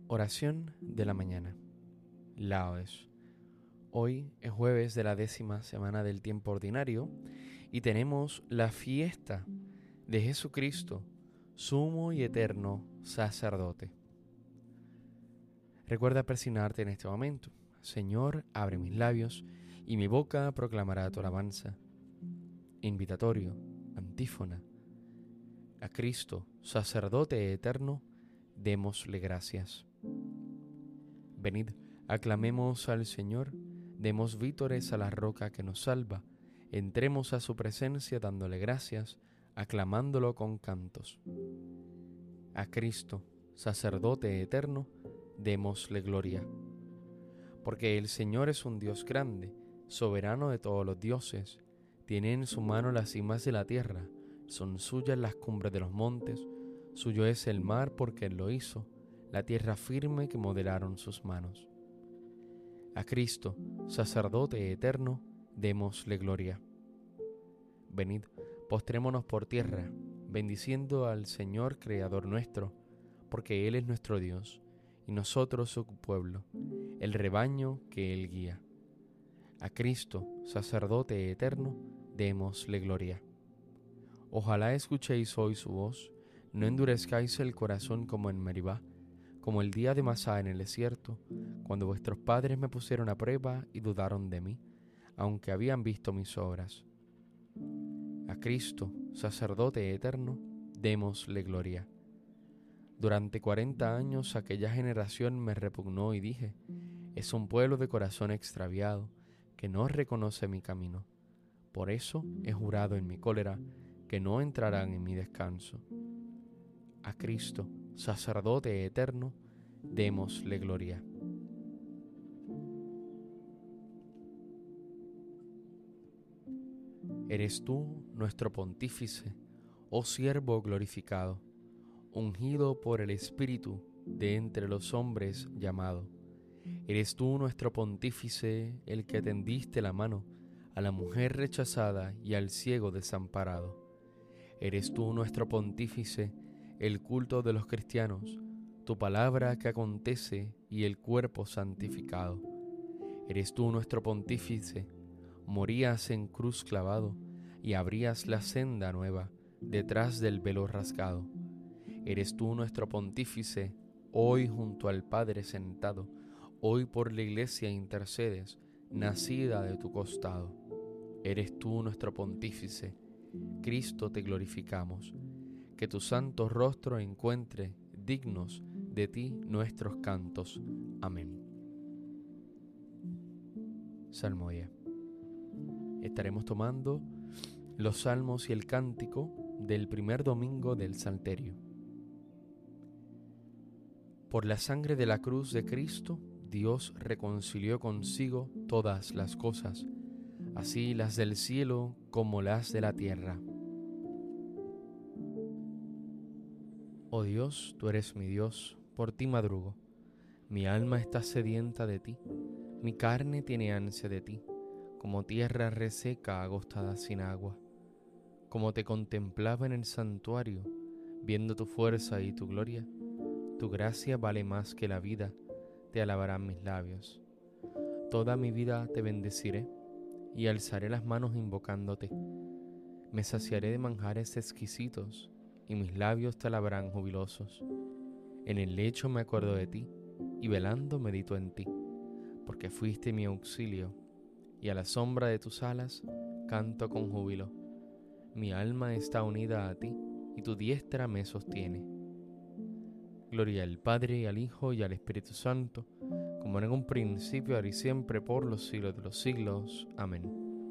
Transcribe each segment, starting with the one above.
Oración de la mañana. Laudes. Hoy es jueves de la 10ª semana del tiempo ordinario y tenemos la fiesta de Jesucristo, sumo y eterno sacerdote. Recuerda persignarte en este momento. Señor, abre mis labios y mi boca proclamará tu alabanza. Invitatorio, antífona. A Cristo, sacerdote eterno, démosle gracias. Venid, aclamemos al Señor, demos vítores a la roca que nos salva, entremos a su presencia dándole gracias, aclamándolo con cantos. A Cristo, sacerdote eterno, démosle gloria. Porque el Señor es un Dios grande, soberano de todos los dioses, tiene en su mano las cimas de la tierra, son suyas las cumbres de los montes, suyo es el mar porque Él lo hizo, la tierra firme que modelaron sus manos. A Cristo, sacerdote eterno, démosle gloria. Venid, postrémonos por tierra, bendiciendo al Señor Creador nuestro, porque Él es nuestro Dios, y nosotros su pueblo, el rebaño que Él guía. A Cristo, sacerdote eterno, démosle gloria. Ojalá escuchéis hoy su voz, no endurezcáis el corazón como en Meribá, como el día de Masá en el desierto, cuando vuestros padres me pusieron a prueba y dudaron de mí, aunque habían visto mis obras. A Cristo, sacerdote eterno, démosle gloria. Durante 40 años aquella generación me repugnó y dije, es un pueblo de corazón extraviado, que no reconoce mi camino. Por eso he jurado en mi cólera que no entrarán en mi descanso. A Cristo, sacerdote eterno, démosle gloria. Eres tú nuestro pontífice, oh siervo glorificado, ungido por el Espíritu de entre los hombres llamado. Eres tú nuestro pontífice, el que tendiste la mano a la mujer rechazada y al ciego desamparado. Eres tú nuestro pontífice, el culto de los cristianos, tu palabra que acontece y el cuerpo santificado. Eres tú nuestro pontífice, morías en cruz clavado y abrías la senda nueva detrás del velo rasgado. Eres tú nuestro pontífice, hoy junto al Padre sentado, hoy por la Iglesia intercedes, nacida de tu costado. Eres tú nuestro pontífice, Cristo te glorificamos, que tu santo rostro encuentre dignos de ti nuestros cantos. Amén. Salmodia. Estaremos tomando los salmos y el cántico del primer domingo del Salterio. Por la sangre de la cruz de Cristo, Dios reconcilió consigo todas las cosas, así las del cielo como las de la tierra. Oh Dios, tú eres mi Dios, por ti madrugo. Mi alma está sedienta de ti, mi carne tiene ansia de ti, como tierra reseca agostada sin agua. Como te contemplaba en el santuario, viendo tu fuerza y tu gloria, tu gracia vale más que la vida, te alabarán mis labios. Toda mi vida te bendeciré y alzaré las manos invocándote. Me saciaré de manjares exquisitos y mis labios te alabarán jubilosos. En el lecho me acuerdo de ti y velando medito en ti, porque fuiste mi auxilio y a la sombra de tus alas canto con júbilo. Mi alma está unida a ti y tu diestra me sostiene. Gloria al Padre, al Hijo y al Espíritu Santo, como en un principio, ahora y siempre, por los siglos de los siglos. Amén.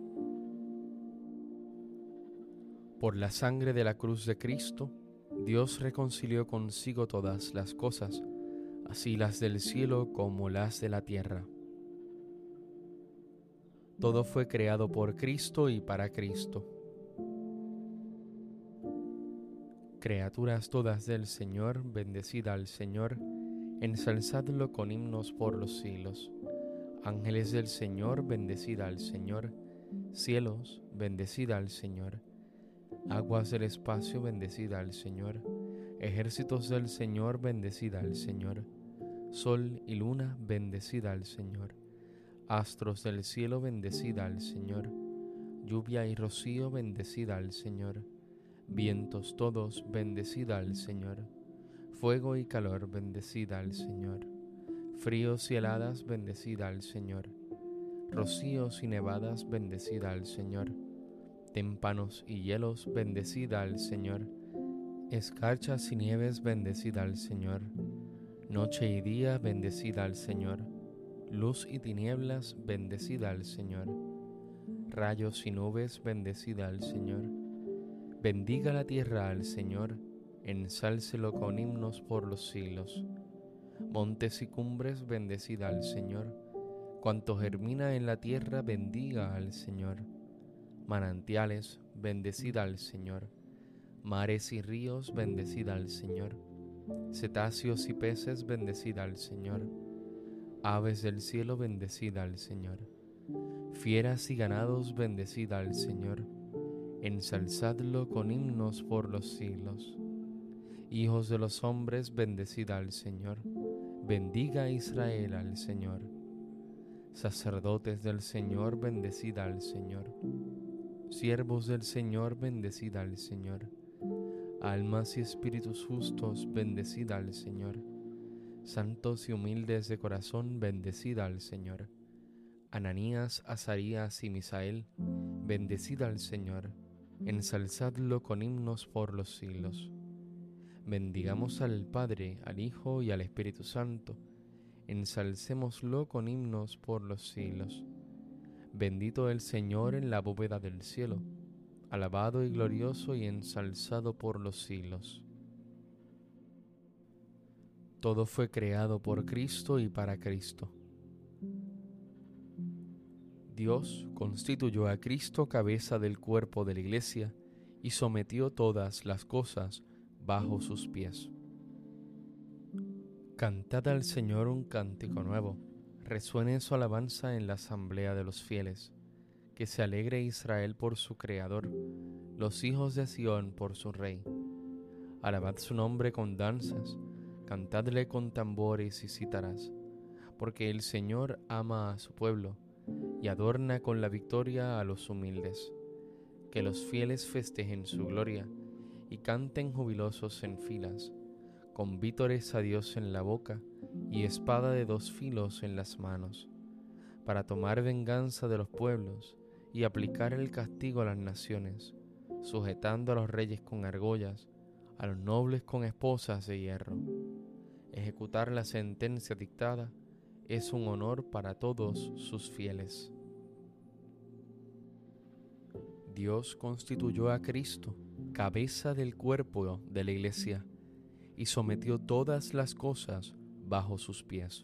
Por la sangre de la cruz de Cristo, Dios reconcilió consigo todas las cosas, así las del cielo como las de la tierra. Todo fue creado por Cristo y para Cristo. Criaturas todas del Señor, bendecid al Señor, ensalzadlo con himnos por los siglos. Ángeles del Señor, bendecid al Señor. Cielos, bendecid al Señor. Aguas del espacio, bendecid al Señor. Ejércitos del Señor, bendecid al Señor. Sol y luna, bendecid al Señor. Astros del cielo, bendecid al Señor. Lluvia y rocío, bendecid al Señor. Vientos todos, bendecid al Señor. Fuego y calor, bendecid al Señor. Fríos y heladas, bendecid al Señor. Rocíos y nevadas, bendecid al Señor. Témpanos y hielos, bendecid al Señor. Escarchas y nieves, bendecid al Señor. Noche y día, bendecid al Señor. Luz y tinieblas, bendecid al Señor. Rayos y nubes, bendecid al Señor. Bendiga la tierra al Señor, ensálcelo con himnos por los siglos. Montes y cumbres, bendecid al Señor. Cuanto germina en la tierra, bendiga al Señor. Manantiales, bendecid al Señor. Mares y ríos, bendecid al Señor. Cetáceos y peces, bendecid al Señor. Aves del cielo, bendecid al Señor. Fieras y ganados, bendecid al Señor. Ensalzadlo con himnos por los siglos. Hijos de los hombres, bendecid al Señor. Bendiga Israel al Señor. Sacerdotes del Señor, bendecid al Señor. Siervos del Señor, bendecid al Señor. Almas y espíritus justos, bendecid al Señor. Santos y humildes de corazón, bendecid al Señor. Ananías, Azarías y Misael, bendecid al Señor. Ensalzadlo con himnos por los siglos. Bendigamos al Padre, al Hijo y al Espíritu Santo. Ensalcémoslo con himnos por los siglos. Bendito el Señor en la bóveda del cielo. Alabado y glorioso y ensalzado por los siglos. Todo fue creado por Cristo y para Cristo. Dios constituyó a Cristo cabeza del cuerpo de la Iglesia y sometió todas las cosas bajo sus pies. Cantad al Señor un cántico nuevo, resuene su alabanza en la asamblea de los fieles. Que se alegre Israel por su Creador, los hijos de Sión por su Rey. Alabad su nombre con danzas, cantadle con tambores y cítaras, porque el Señor ama a su pueblo y adorna con la victoria a los humildes. Que los fieles festejen su gloria y canten jubilosos en filas, con vítores a Dios en la boca y espada de dos filos en las manos, para tomar venganza de los pueblos y aplicar el castigo a las naciones, sujetando a los reyes con argollas, a los nobles con esposas de hierro. Ejecutar la sentencia dictada es un honor para todos sus fieles. Dios constituyó a Cristo cabeza del cuerpo de la Iglesia y sometió todas las cosas bajo sus pies.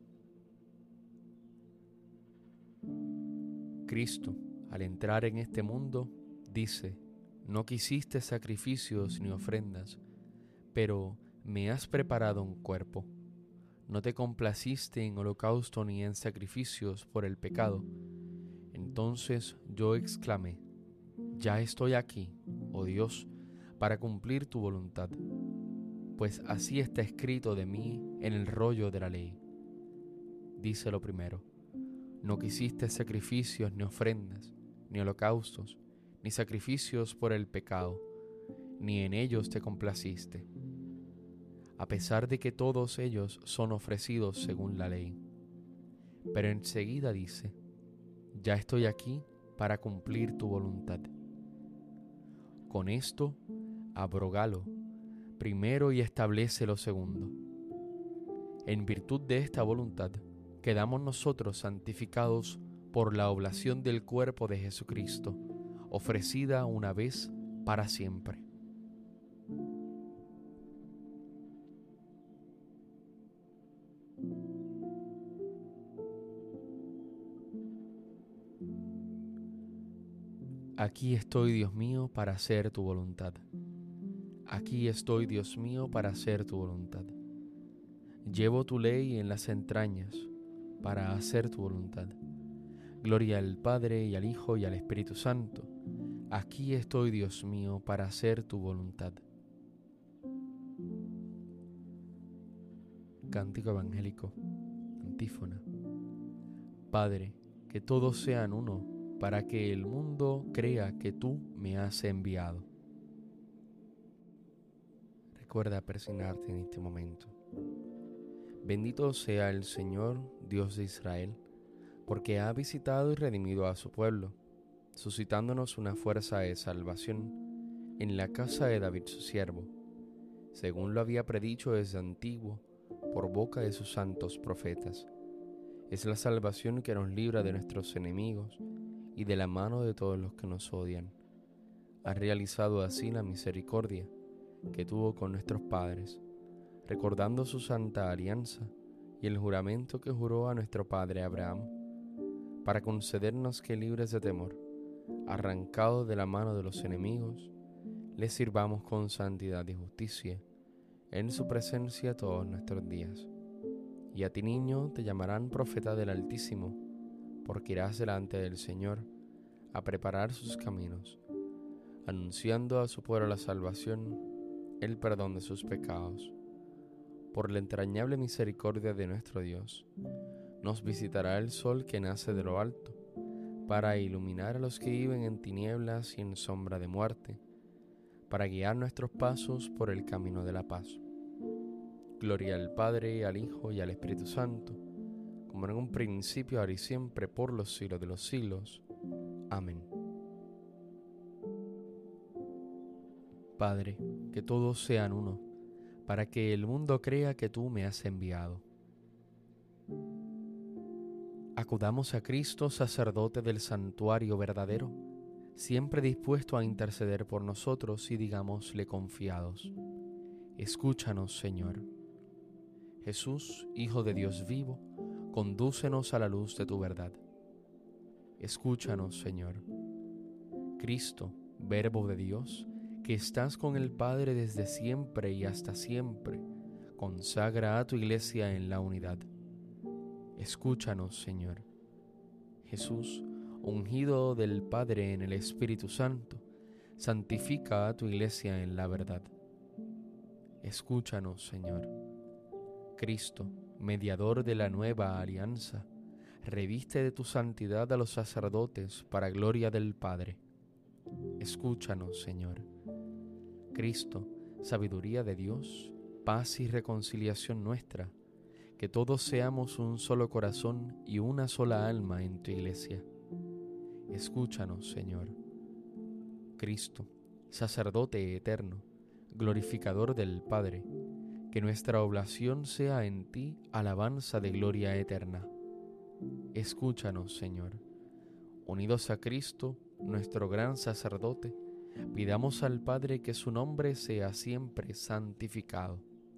Cristo, al entrar en este mundo, dice: no quisiste sacrificios ni ofrendas, pero me has preparado un cuerpo. No te complaciste en holocausto ni en sacrificios por el pecado. Entonces yo exclamé: ya estoy aquí, oh Dios, para cumplir tu voluntad, pues así está escrito de mí en el rollo de la ley. Dice lo primero: no quisiste sacrificios ni ofrendas, ni holocaustos, ni sacrificios por el pecado, ni en ellos te complaciste, a pesar de que todos ellos son ofrecidos según la ley. Pero enseguida dice: ya estoy aquí para cumplir tu voluntad. Con esto, abrogalo primero y establece lo segundo. En virtud de esta voluntad, quedamos nosotros santificados por la oblación del cuerpo de Jesucristo, ofrecida una vez para siempre. Aquí estoy, Dios mío, para hacer tu voluntad. Aquí estoy, Dios mío, para hacer tu voluntad. Llevo tu ley en las entrañas para hacer tu voluntad. Gloria al Padre y al Hijo y al Espíritu Santo. Aquí estoy, Dios mío, para hacer tu voluntad. Cántico evangélico. Antífona. Padre, que todos sean uno, para que el mundo crea que tú me has enviado. Recuerda persignarte en este momento. Bendito sea el Señor, Dios de Israel, porque ha visitado y redimido a su pueblo, suscitándonos una fuerza de salvación en la casa de David su siervo, según lo había predicho desde antiguo por boca de sus santos profetas. Es la salvación que nos libra de nuestros enemigos y de la mano de todos los que nos odian. Ha realizado así la misericordia que tuvo con nuestros padres, recordando su santa alianza y el juramento que juró a nuestro padre Abraham, para concedernos que, libres de temor, arrancados de la mano de los enemigos, les sirvamos con santidad y justicia en su presencia todos nuestros días. Y a ti, niño, te llamarán profeta del Altísimo, porque irás delante del Señor a preparar sus caminos, anunciando a su pueblo la salvación, el perdón de sus pecados. Por la entrañable misericordia de nuestro Dios, nos visitará el sol que nace de lo alto, para iluminar a los que viven en tinieblas y en sombra de muerte, para guiar nuestros pasos por el camino de la paz. Gloria al Padre, al Hijo y al Espíritu Santo, como en un principio, ahora y siempre, por los siglos de los siglos. Amén. Padre, que todos sean uno, para que el mundo crea que tú me has enviado. Acudamos a Cristo, sacerdote del santuario verdadero, siempre dispuesto a interceder por nosotros, y digámosle confiados: escúchanos, Señor. Jesús, Hijo de Dios vivo, condúcenos a la luz de tu verdad. Escúchanos, Señor. Cristo, Verbo de Dios, que estás con el Padre desde siempre y hasta siempre, consagra a tu Iglesia en la unidad. Escúchanos, Señor. Jesús, ungido del Padre en el Espíritu Santo, santifica a tu Iglesia en la verdad. Escúchanos, Señor. Cristo, mediador de la nueva alianza, reviste de tu santidad a los sacerdotes para gloria del Padre. Escúchanos, Señor. Cristo, sabiduría de Dios, paz y reconciliación nuestra, que todos seamos un solo corazón y una sola alma en tu Iglesia. Escúchanos, Señor. Cristo, sacerdote eterno, glorificador del Padre, que nuestra oblación sea en ti alabanza de gloria eterna. Escúchanos, Señor. Unidos a Cristo, nuestro gran sacerdote, pidamos al Padre que su nombre sea siempre santificado.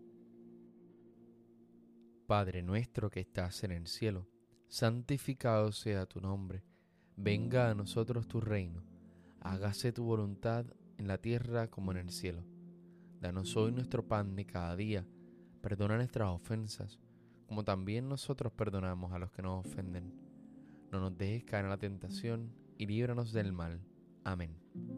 Padre nuestro que estás en el cielo, santificado sea tu nombre. Venga a nosotros tu reino. Hágase tu voluntad en la tierra como en el cielo. Danos hoy nuestro pan de cada día. Perdona nuestras ofensas, como también nosotros perdonamos a los que nos ofenden. No nos dejes caer en la tentación y líbranos del mal. Amén.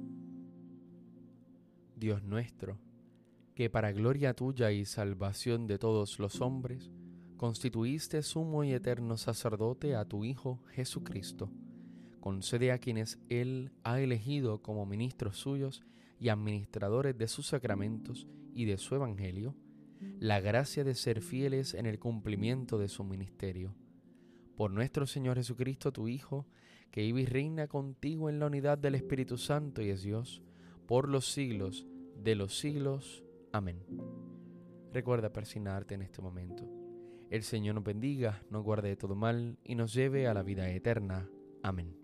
Dios nuestro, que para gloria tuya y salvación de todos los hombres, constituiste sumo y eterno sacerdote a tu Hijo Jesucristo, concede a quienes Él ha elegido como ministros suyos y administradores de sus sacramentos y de su evangelio, la gracia de ser fieles en el cumplimiento de su ministerio. Por nuestro Señor Jesucristo, tu Hijo, que vive y reina contigo en la unidad del Espíritu Santo y es Dios, por los siglos de los siglos. Amén. Recuerda persignarte en este momento. El Señor nos bendiga, nos guarde de todo mal y nos lleve a la vida eterna. Amén.